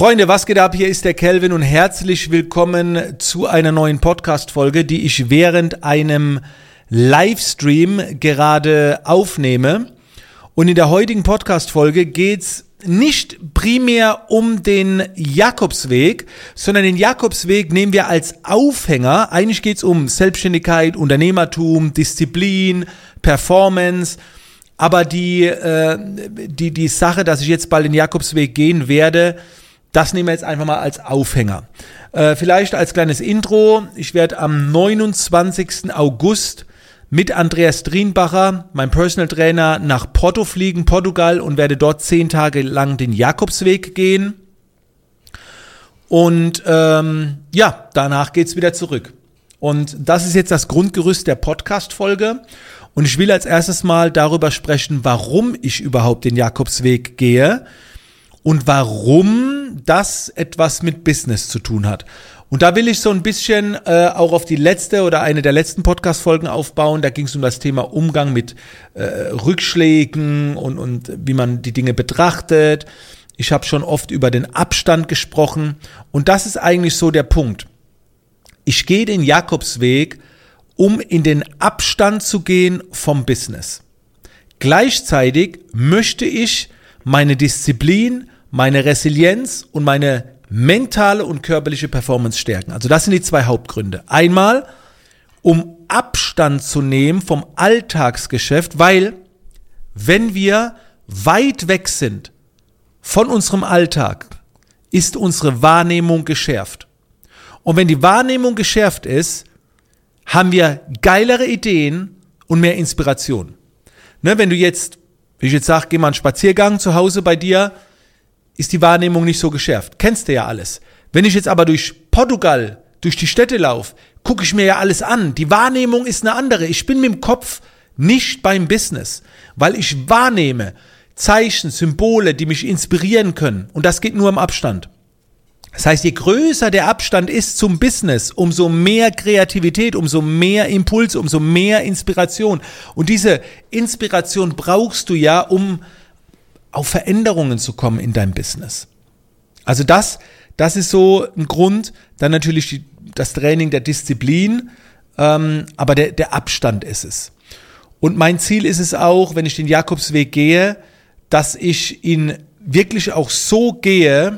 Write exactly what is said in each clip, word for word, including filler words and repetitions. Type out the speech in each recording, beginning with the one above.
Freunde, was geht ab? Hier ist der Kelvin und herzlich willkommen zu einer neuen Podcast-Folge, die ich während einem Livestream gerade aufnehme. Und in der heutigen Podcast-Folge geht's nicht primär um den Jakobsweg, sondern den Jakobsweg nehmen wir als Aufhänger. Eigentlich geht's um Selbstständigkeit, Unternehmertum, Disziplin, Performance. Aber die, äh, die, die Sache, dass ich jetzt bald den Jakobsweg gehen werde, das nehmen wir jetzt einfach mal als Aufhänger. Äh, vielleicht als kleines Intro. Ich werde am neunundzwanzigsten August mit Andreas Drienbacher, meinem Personal Trainer, nach Porto fliegen, Portugal, und werde dort zehn Tage lang den Jakobsweg gehen. Und ähm, ja, danach geht's wieder zurück. Und das ist jetzt das Grundgerüst der Podcast-Folge. Und ich will als erstes mal darüber sprechen, warum ich überhaupt den Jakobsweg gehe und warum das etwas mit Business zu tun hat. Und da will ich so ein bisschen äh, auch auf die letzte oder eine der letzten Podcast-Folgen aufbauen. Da ging es um das Thema Umgang mit äh, Rückschlägen und, und wie man die Dinge betrachtet. Ich habe schon oft über den Abstand gesprochen. Und das ist eigentlich so der Punkt. Ich gehe den Jakobsweg, um in den Abstand zu gehen vom Business. Gleichzeitig möchte ich meine Disziplin, meine Resilienz und meine mentale und körperliche Performance stärken. Also das sind die zwei Hauptgründe. Einmal, um Abstand zu nehmen vom Alltagsgeschäft, weil wenn wir weit weg sind von unserem Alltag, ist unsere Wahrnehmung geschärft. Und wenn die Wahrnehmung geschärft ist, haben wir geilere Ideen und mehr Inspiration. Ne, wenn du jetzt, wie ich jetzt sage, geh mal einen Spaziergang zu Hause bei dir, ist die Wahrnehmung nicht so geschärft. Kennst du ja alles. Wenn ich jetzt aber durch Portugal, durch die Städte laufe, gucke ich mir ja alles an. Die Wahrnehmung ist eine andere. Ich bin mit dem Kopf nicht beim Business, weil ich wahrnehme Zeichen, Symbole, die mich inspirieren können. Und das geht nur im Abstand. Das heißt, je größer der Abstand ist zum Business, umso mehr Kreativität, umso mehr Impuls, umso mehr Inspiration. Und diese Inspiration brauchst du ja, um auf Veränderungen zu kommen in deinem Business. Also das, das ist so ein Grund. Dann natürlich die, das Training der Disziplin, ähm, aber der, der Abstand ist es. Und mein Ziel ist es auch, wenn ich den Jakobsweg gehe, dass ich ihn wirklich auch so gehe,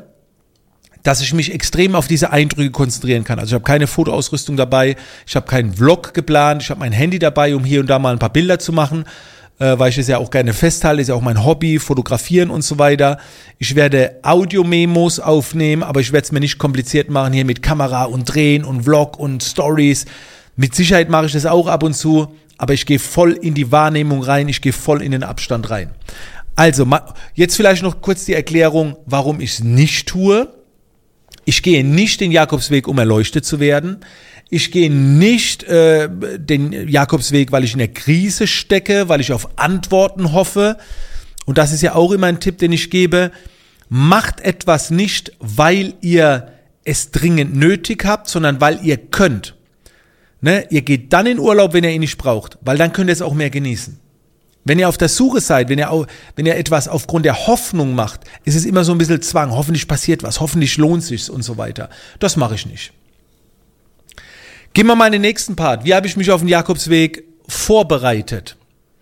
dass ich mich extrem auf diese Eindrücke konzentrieren kann. Also ich habe keine Fotoausrüstung dabei, ich habe keinen Vlog geplant, ich habe mein Handy dabei, um hier und da mal ein paar Bilder zu machen, äh, weil ich es ja auch gerne festhalte, ist ja auch mein Hobby, fotografieren und so weiter. Ich werde Audio-Memos aufnehmen, aber ich werde es mir nicht kompliziert machen hier mit Kamera und Drehen und Vlog und Stories. Mit Sicherheit mache ich das auch ab und zu, aber ich gehe voll in die Wahrnehmung rein, ich gehe voll in den Abstand rein. Also jetzt vielleicht noch kurz die Erklärung, warum ich es nicht tue. Ich gehe nicht den Jakobsweg, um erleuchtet zu werden. Ich gehe nicht äh, den Jakobsweg, weil ich in der Krise stecke, weil ich auf Antworten hoffe. Und das ist ja auch immer ein Tipp, den ich gebe. Macht etwas nicht, weil ihr es dringend nötig habt, sondern weil ihr könnt. Ne? Ihr geht dann in Urlaub, wenn ihr ihn nicht braucht, weil dann könnt ihr es auch mehr genießen. Wenn ihr auf der Suche seid, wenn ihr, auch, wenn ihr etwas aufgrund der Hoffnung macht, ist es immer so ein bisschen Zwang. Hoffentlich passiert was, hoffentlich lohnt es sich und so weiter. Das mache ich nicht. Gehen wir mal in den nächsten Part. Wie habe ich mich auf den Jakobsweg vorbereitet?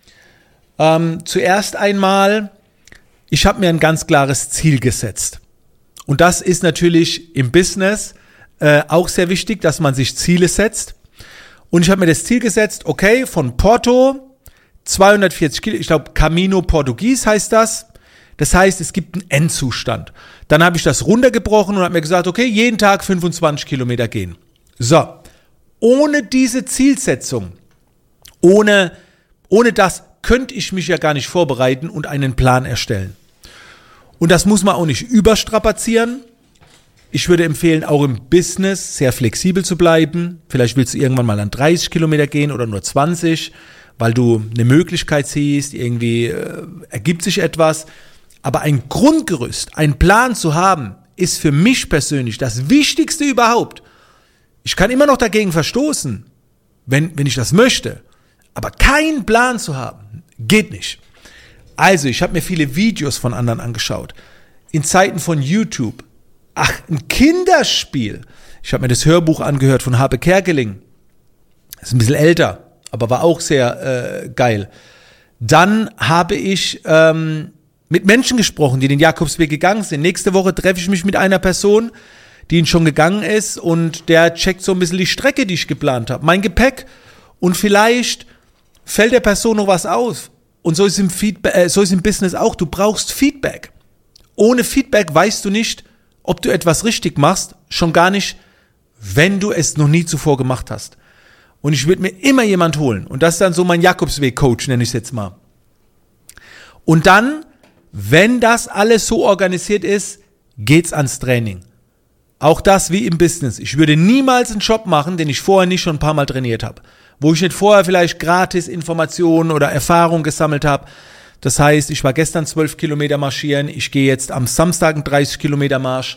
Ähm, zuerst einmal, ich habe mir ein ganz klares Ziel gesetzt. Und das ist natürlich im Business äh, auch sehr wichtig, dass man sich Ziele setzt. Und ich habe mir das Ziel gesetzt, okay, von Porto zweihundertvierzig Kilometer, ich glaube Camino Portugues heißt das. Das heißt, es gibt einen Endzustand. Dann habe ich das runtergebrochen und habe mir gesagt, okay, jeden Tag fünfundzwanzig Kilometer gehen. So, ohne diese Zielsetzung, ohne, ohne das könnte ich mich ja gar nicht vorbereiten und einen Plan erstellen. Und das muss man auch nicht überstrapazieren. Ich würde empfehlen, auch im Business sehr flexibel zu bleiben. Vielleicht willst du irgendwann mal an dreißig Kilometer gehen oder nur zwanzig, weil du eine Möglichkeit siehst, irgendwie äh, ergibt sich etwas. Aber ein Grundgerüst, ein Plan zu haben, ist für mich persönlich das Wichtigste überhaupt. Ich kann immer noch dagegen verstoßen, wenn, wenn ich das möchte. Aber keinen Plan zu haben, geht nicht. Also, ich habe mir viele Videos von anderen angeschaut. In Zeiten von YouTube Ach, ein Kinderspiel. Ich habe mir das Hörbuch angehört von Habe Kerkeling. Das ist ein bisschen älter, aber war auch sehr äh, geil. Dann habe ich ähm, mit Menschen gesprochen, die den Jakobsweg gegangen sind. Nächste Woche treffe ich mich mit einer Person, die ihn schon gegangen ist und der checkt so ein bisschen die Strecke, die ich geplant habe. Mein Gepäck und vielleicht fällt der Person noch was auf. Und so ist im Feedback, äh, so ist im Business auch. Du brauchst Feedback. Ohne Feedback weißt du nicht, ob du etwas richtig machst, schon gar nicht, wenn du es noch nie zuvor gemacht hast. Und ich würde mir immer jemand holen. Und das ist dann so mein Jakobsweg-Coach, nenne ich es jetzt mal. Und dann, wenn das alles so organisiert ist, geht's ans Training. Auch das wie im Business. Ich würde niemals einen Job machen, den ich vorher nicht schon ein paar Mal trainiert habe. Wo ich nicht vorher vielleicht gratis Informationen oder Erfahrung gesammelt habe. Das heißt, ich war gestern zwölf Kilometer marschieren. Ich gehe jetzt am Samstag einen dreißig Kilometer Marsch.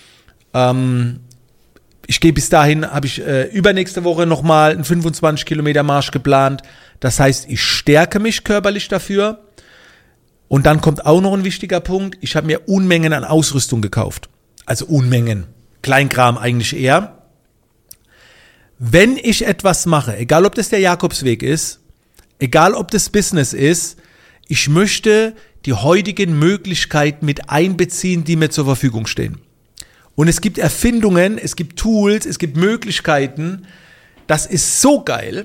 Ähm, Ich gehe bis dahin, habe ich äh, übernächste Woche nochmal einen fünfundzwanzig Kilometer Marsch geplant. Das heißt, ich stärke mich körperlich dafür. Und dann kommt auch noch ein wichtiger Punkt. Ich habe mir Unmengen an Ausrüstung gekauft. Also Unmengen. Kleinkram eigentlich eher. Wenn ich etwas mache, egal ob das der Jakobsweg ist, egal ob das Business ist, ich möchte die heutigen Möglichkeiten mit einbeziehen, die mir zur Verfügung stehen. Und es gibt Erfindungen, es gibt Tools, es gibt Möglichkeiten. Das ist so geil.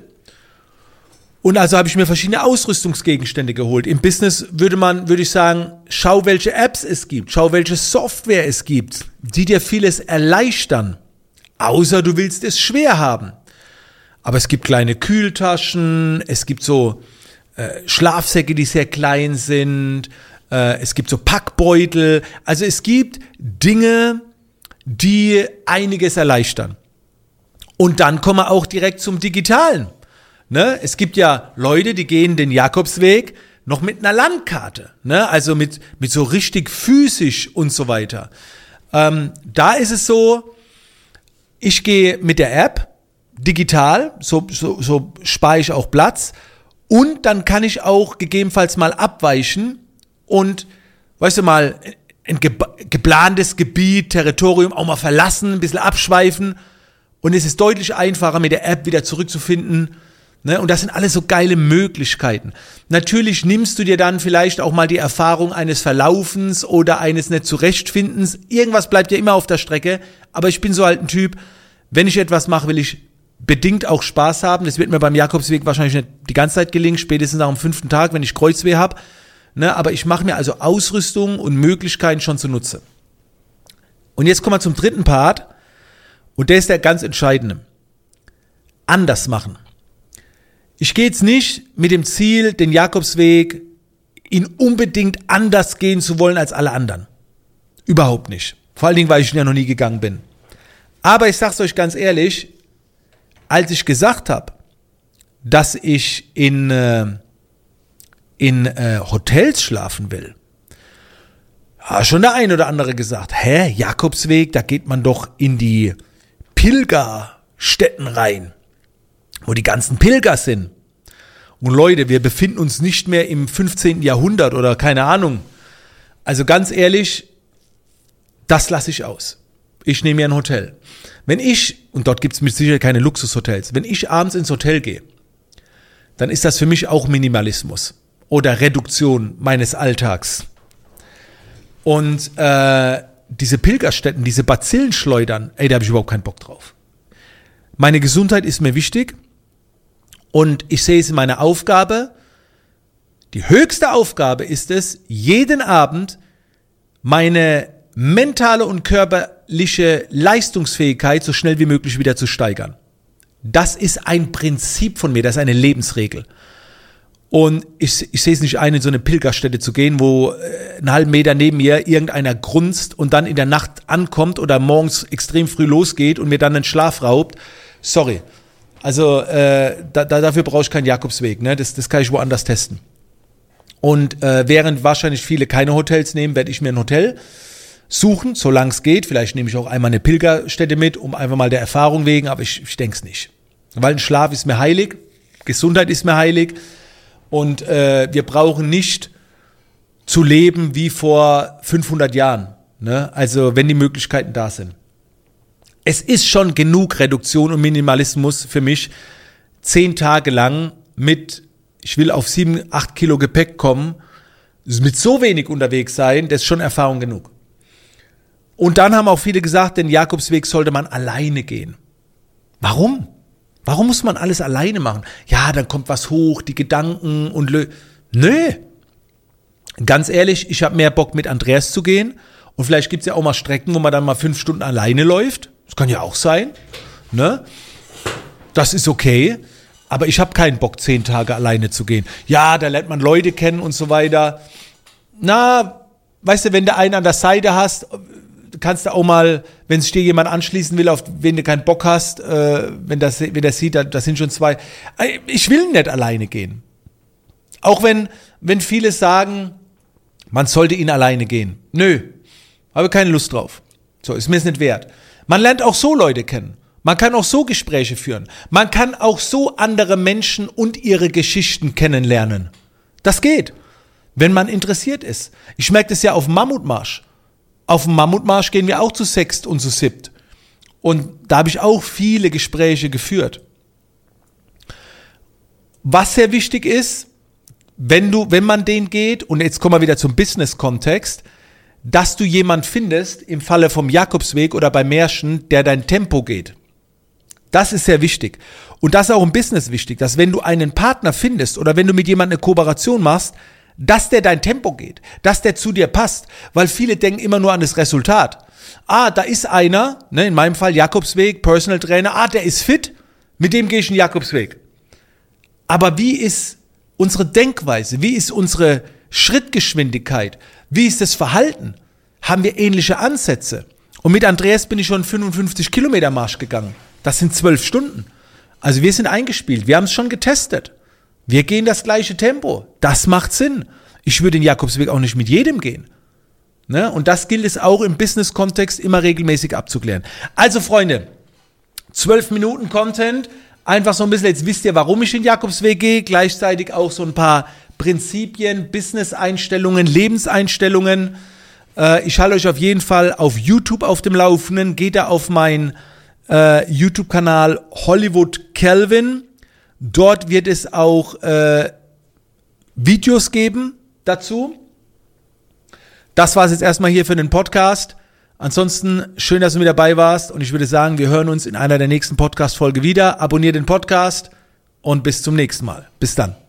Und also habe ich mir verschiedene Ausrüstungsgegenstände geholt. Im Business würde man, würde ich sagen, schau, welche Apps es gibt, schau, welche Software es gibt, die dir vieles erleichtern. Außer du willst es schwer haben. Aber es gibt kleine Kühltaschen, es gibt so äh, Schlafsäcke, die sehr klein sind, äh, es gibt so Packbeutel. Also es gibt Dinge, die einiges erleichtern. Und dann kommen wir auch direkt zum Digitalen. Ne? Es gibt ja Leute, die gehen den Jakobsweg noch mit einer Landkarte, ne? Also mit, mit so richtig physisch und so weiter. Ähm, da ist es so, ich gehe mit der App digital, so, so, so spare ich auch Platz und dann kann ich auch gegebenenfalls mal abweichen und, weißt du mal, ein ge- geplantes Gebiet, Territorium auch mal verlassen, ein bisschen abschweifen und es ist deutlich einfacher, mit der App wieder zurückzufinden. Ne? Und das sind alles so geile Möglichkeiten. Natürlich nimmst du dir dann vielleicht auch mal die Erfahrung eines Verlaufens oder eines nicht Zurechtfindens. Irgendwas bleibt ja immer auf der Strecke, aber ich bin so halt ein Typ, wenn ich etwas mache, will ich bedingt auch Spaß haben. Das wird mir beim Jakobsweg wahrscheinlich nicht die ganze Zeit gelingen, spätestens nach dem fünften Tag, wenn ich Kreuzweh habe. Ne, aber ich mache mir also Ausrüstung und Möglichkeiten schon zunutze. Und jetzt kommen wir zum dritten Part. Und der ist der ganz entscheidende. Anders machen. Ich gehe jetzt nicht mit dem Ziel, den Jakobsweg, ihn unbedingt anders gehen zu wollen als alle anderen. Überhaupt nicht. Vor allen Dingen, weil ich ihn ja noch nie gegangen bin. Aber ich sag's euch ganz ehrlich, als ich gesagt habe, dass ich in... Äh, in äh, Hotels schlafen will, hat schon der ein oder andere gesagt, hä, Jakobsweg, da geht man doch in die Pilgerstätten rein, wo die ganzen Pilger sind. Und Leute, wir befinden uns nicht mehr im fünfzehnten Jahrhundert oder keine Ahnung. Also ganz ehrlich, das lasse ich aus. Ich nehme mir ein Hotel. Wenn ich, und dort gibt es mit Sicherheit keine Luxushotels, wenn ich abends ins Hotel gehe, dann ist das für mich auch Minimalismus. Oder Reduktion meines Alltags. Und äh, diese Pilgerstätten, diese Bazillenschleudern, ey, da habe ich überhaupt keinen Bock drauf. Meine Gesundheit ist mir wichtig und ich sehe es in meiner Aufgabe. Die höchste Aufgabe ist es, jeden Abend meine mentale und körperliche Leistungsfähigkeit so schnell wie möglich wieder zu steigern. Das ist ein Prinzip von mir, das ist eine Lebensregel. Und ich, ich sehe es nicht ein, in so eine Pilgerstätte zu gehen, wo äh, einen halben Meter neben mir irgendeiner grunzt und dann in der Nacht ankommt oder morgens extrem früh losgeht und mir dann den Schlaf raubt. Sorry. Also äh, da, da, dafür brauche ich keinen Jakobsweg. Ne? Das, das kann ich woanders testen. Und äh, während wahrscheinlich viele keine Hotels nehmen, werde ich mir ein Hotel suchen, solange es geht. Vielleicht nehme ich auch einmal eine Pilgerstätte mit, um einfach mal der Erfahrung wegen, aber ich, ich denke es nicht. Weil ein Schlaf ist mir heilig, Gesundheit ist mir heilig. Und äh, wir brauchen nicht zu leben wie vor fünfhundert Jahren. Ne? Also wenn die Möglichkeiten da sind. Es ist schon genug Reduktion und Minimalismus für mich, zehn Tage lang mit, ich will auf sieben, acht Kilo Gepäck kommen, mit so wenig unterwegs sein, das ist schon Erfahrung genug. Und dann haben auch viele gesagt, den Jakobsweg sollte man alleine gehen. Warum? Warum muss man alles alleine machen? Ja, dann kommt was hoch, die Gedanken und lö- Nö. Ganz ehrlich, ich habe mehr Bock mit Andreas zu gehen und vielleicht gibt's ja auch mal Strecken, wo man dann mal fünf Stunden alleine läuft. Das kann ja auch sein. Ne? Das ist okay. Aber ich habe keinen Bock, zehn Tage alleine zu gehen. Ja, da lernt man Leute kennen und so weiter. Na, weißt du, wenn du einen an der Seite hast, kannst du auch mal, wenn sich dir jemand anschließen will, auf wen du keinen Bock hast, äh, wenn das, wenn das sieht, das sind schon zwei. Ich will nicht alleine gehen. Auch wenn, wenn viele sagen, man sollte ihn alleine gehen. Nö, habe keine Lust drauf. So, ist mir es nicht wert. Man lernt auch so Leute kennen. Man kann auch so Gespräche führen. Man kann auch so andere Menschen und ihre Geschichten kennenlernen. Das geht, wenn man interessiert ist. Ich merke das ja auf dem Mammutmarsch. Auf dem Mammutmarsch gehen wir auch zu sechst und zu siebt. Und da habe ich auch viele Gespräche geführt. Was sehr wichtig ist, wenn du, wenn man den geht, und jetzt kommen wir wieder zum Business-Kontext, dass du jemand findest, im Falle vom Jakobsweg oder bei Märschen, der dein Tempo geht. Das ist sehr wichtig. Und das ist auch im Business wichtig, dass wenn du einen Partner findest oder wenn du mit jemandem eine Kooperation machst, dass der dein Tempo geht, dass der zu dir passt, weil viele denken immer nur an das Resultat. Ah, da ist einer, ne, in meinem Fall Jakobsweg, Personal Trainer, ah, der ist fit, mit dem gehe ich in den Jakobsweg. Aber wie ist unsere Denkweise, wie ist unsere Schrittgeschwindigkeit, wie ist das Verhalten? Haben wir ähnliche Ansätze? Und mit Andreas bin ich schon fünfundfünfzig Kilometer Marsch gegangen. Das sind zwölf Stunden. Also wir sind eingespielt, wir haben es schon getestet. Wir gehen das gleiche Tempo. Das macht Sinn. Ich würde den Jakobsweg auch nicht mit jedem gehen. Ne? Und das gilt es auch im Business-Kontext immer regelmäßig abzuklären. Also Freunde, zwölf Minuten Content, einfach so ein bisschen, jetzt wisst ihr, warum ich den Jakobsweg gehe, gleichzeitig auch so ein paar Prinzipien, Business-Einstellungen, Lebenseinstellungen. Äh, ich halte euch auf jeden Fall auf YouTube auf dem Laufenden. Geht da auf meinen äh, YouTube-Kanal Hollywood Kelvin. Dort wird es auch äh, Videos geben dazu. Das war es jetzt erstmal hier für den Podcast. Ansonsten schön, dass du mit dabei warst und ich würde sagen, wir hören uns in einer der nächsten Podcast-Folge wieder. Abonniert den Podcast und bis zum nächsten Mal. Bis dann.